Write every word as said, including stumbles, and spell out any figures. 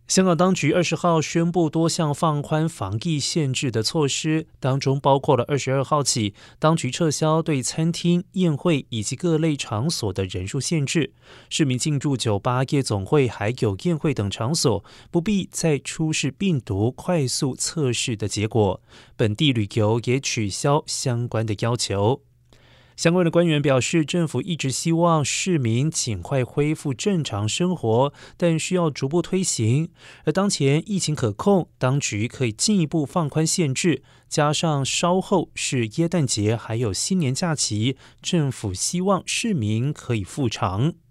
香港当局二十号宣布多项放宽防疫限制的措施，当中包括了二十二号起，当局撤销对餐厅、宴会以及各类场所的人数限制，市民进驻酒吧、夜总会还有宴会等场所，不必再出示病毒快速测试的结果。本地旅游也取消相关的要求。相关的官员表示，政府一直希望市民尽快恢复正常生活，但需要逐步推行。而当前疫情可控，当局可以进一步放宽限制，加上稍后是耶诞节还有新年假期，政府希望市民可以复常。